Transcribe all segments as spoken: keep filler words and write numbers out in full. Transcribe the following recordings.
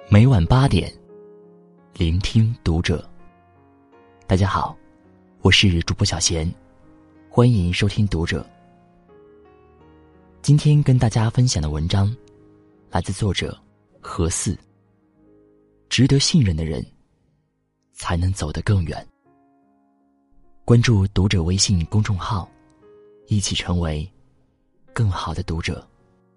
每晚八点，聆听读者。大家好，我是主播小贤，欢迎收听读者。今天跟大家分享的文章来自作者何四。值得信任的人才能走得更远。关注读者微信公众号，一起成为更好的读者。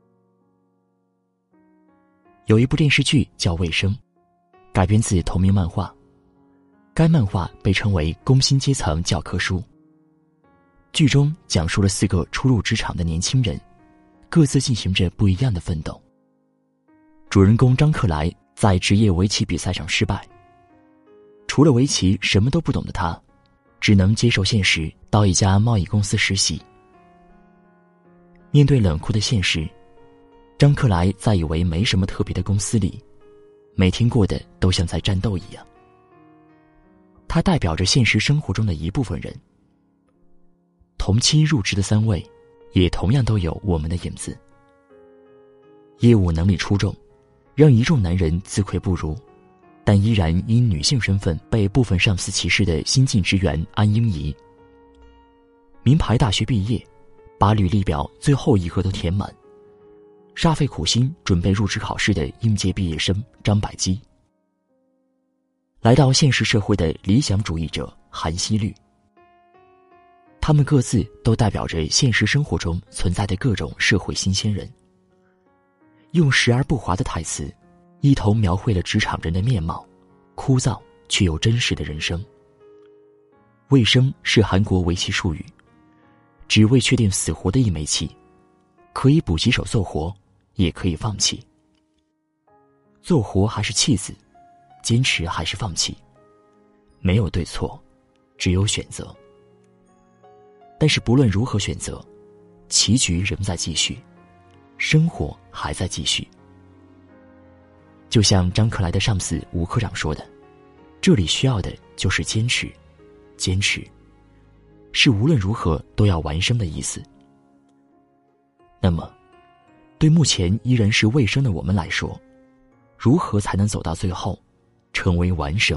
有一部电视剧叫《卫生》，改编自同名漫画。该漫画被称为工薪阶层教科书。剧中讲述了四个初入职场的年轻人，各自进行着不一样的奋斗。主人公张克莱在职业围棋比赛上失败，除了围棋什么都不懂的他，只能接受现实，到一家贸易公司实习。面对冷酷的现实，张克莱在以为没什么特别的公司里，每天过得都像在战斗一样。他代表着现实生活中的一部分人。同期入职的三位，也同样都有我们的影子。业务能力出众，让一众男人自愧不如，但依然因女性身份被部分上司歧视的新进职员安英仪。名牌大学毕业，把履历表最后一格都填满，煞费苦心准备入职考试的应届毕业生张百基，来到现实社会的理想主义者韩希律。他们各自都代表着现实生活中存在的各种社会新鲜人，用时而不华的台词，一同描绘了职场人的面貌，枯燥却又真实的人生。卫生是韩国围棋术语，指未确定死活的一枚棋，可以补几手奏活，也可以放弃。奏活还是弃子，坚持还是放弃，没有对错，只有选择。但是不论如何选择，棋局仍在继续，生活还在继续。就像张克莱的上司吴科长说的，这里需要的就是坚持，坚持是无论如何都要完生的意思。那么对目前依然是未生的我们来说，如何才能走到最后，成为完生？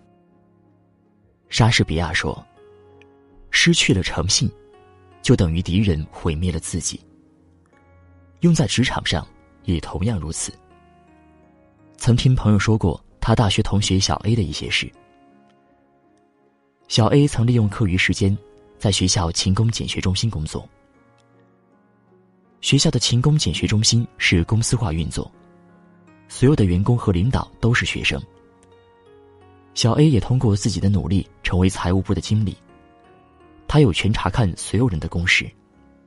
莎士比亚说，失去了诚信，就等于敌人毁灭了自己。用在职场上也同样如此。曾听朋友说过他大学同学小 A 的一些事。小 A 曾利用课余时间在学校勤工俭学中心工作。学校的勤工俭学中心是公司化运作，所有的员工和领导都是学生。小 A 也通过自己的努力成为财务部的经理，他有权查看所有人的公事。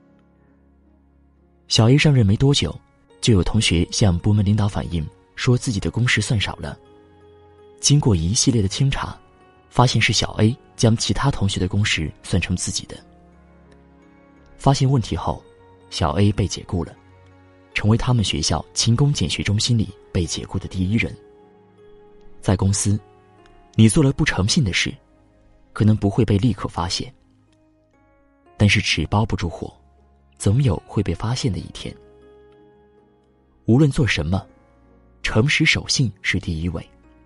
小 A 上任没多久，就有同学向部门领导反映说自己的公事算少了。经过一系列的清查，发现是小 A 将其他同学的公事算成自己的。发现问题后，小 A 被解雇了，成为他们学校勤工俭学中心里被解雇的第一人。在公司，你做了不诚信的事，可能不会被立刻发现，但是纸包不住火，总有会被发现的一天。无论做什么，诚实守信是第一位。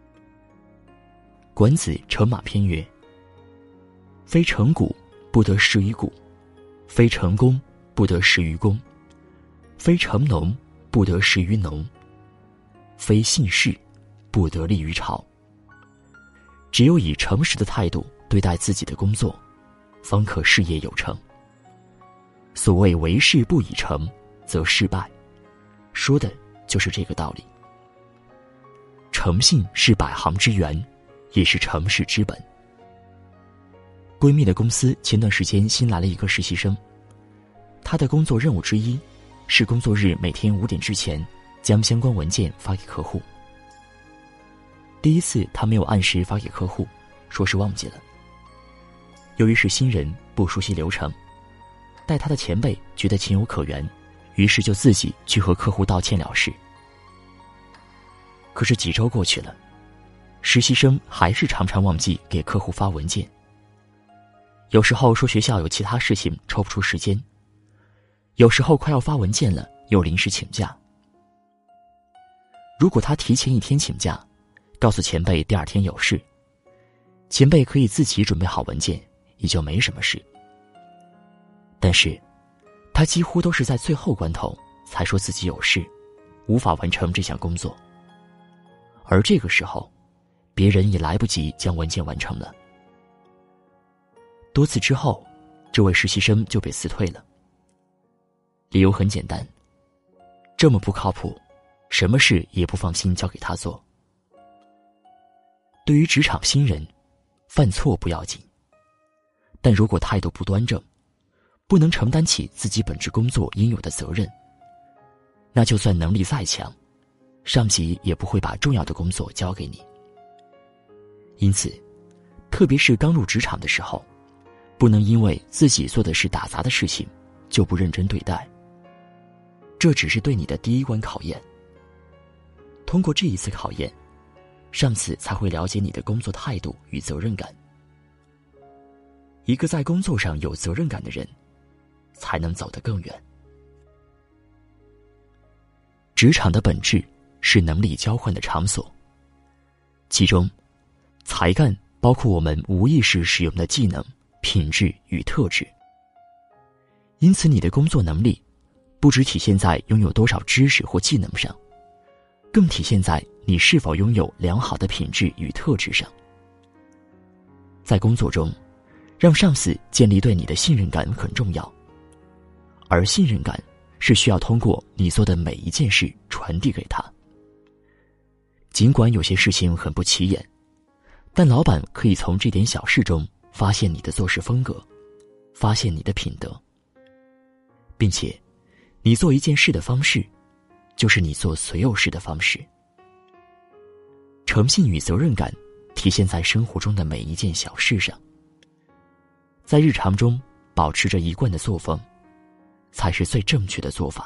管子乘马篇曰，非成谷不得食于谷，非成功不得食于功，非成农不得食于农，非信士不得立于朝。只有以诚实的态度对待自己的工作，方可事业有成。所谓为事不以诚，则事败，说的就是这个道理。诚信是百行之源，也是成事之本。闺蜜的公司前段时间新来了一个实习生，她的工作任务之一是工作日每天五点之前将相关文件发给客户。第一次她没有按时发给客户，说是忘记了。由于是新人，不熟悉流程，待她的前辈觉得情有可原，于是就自己去和客户道歉了事。可是几周过去了，实习生还是常常忘记给客户发文件。有时候说学校有其他事情抽不出时间，有时候快要发文件了又临时请假。 如果他提前一天请假，告诉前辈第二天有事，前辈可以自己准备好文件，也就没什么事。但是他几乎都是在最后关头才说自己有事，无法完成这项工作，而这个时候别人也来不及将文件完成了。多次之后，这位实习生就被辞退了。理由很简单，这么不靠谱，什么事也不放心交给他做。对于职场新人，犯错不要紧，但如果态度不端正，不能承担起自己本职工作应有的责任，那就算能力再强，上级也不会把重要的工作交给你。因此，特别是刚入职场的时候，不能因为自己做的是打杂的事情就不认真对待，这只是对你的第一关考验。通过这一次考验，上司才会了解你的工作态度与责任感。一个在工作上有责任感的人，才能走得更远。职场的本质是能力交换的场所，其中才干包括我们无意识使用的技能、品质与特质。因此你的工作能力不只体现在拥有多少知识或技能上，更体现在你是否拥有良好的品质与特质上。在工作中，让上司建立对你的信任感很重要，而信任感是需要通过你做的每一件事传递给他。尽管有些事情很不起眼，但老板可以从这点小事中发现你的做事风格，发现你的品德，并且你做一件事的方式就是你做所有事的方式。诚信与责任感体现在生活中的每一件小事上，在日常中保持着一贯的作风，才是最正确的做法。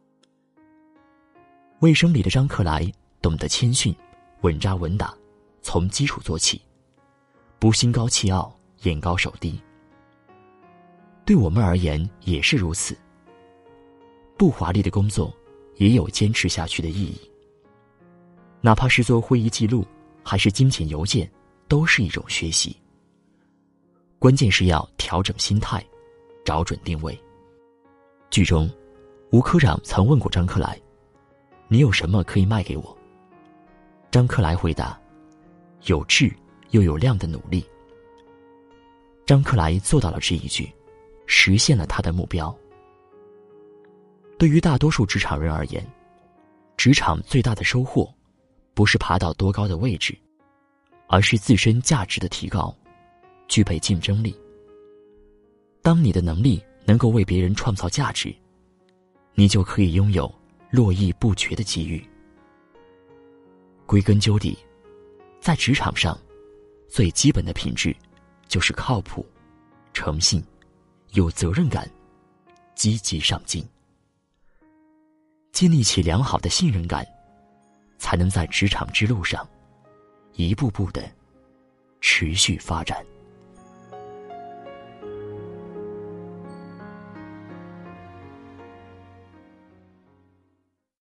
卫生里的张克莱懂得谦逊，稳扎稳打，从基础做起，不心高气傲，眼高手低。对我们而言也是如此，不华丽的工作也有坚持下去的意义。哪怕是做会议记录，还是精简邮件，都是一种学习。关键是要调整心态，找准定位。剧中，吴科长曾问过张克莱：“你有什么可以卖给我？”张克莱回答：“有质又有量的努力。”张克莱做到了这一句，实现了他的目标。对于大多数职场人而言，职场最大的收获不是爬到多高的位置，而是自身价值的提高，具备竞争力。当你的能力能够为别人创造价值，你就可以拥有络绎不绝的机遇。归根究底，在职场上，最基本的品质就是靠谱、诚信、有责任感、积极上进。建立起良好的信任感，才能在职场之路上一步步的持续发展。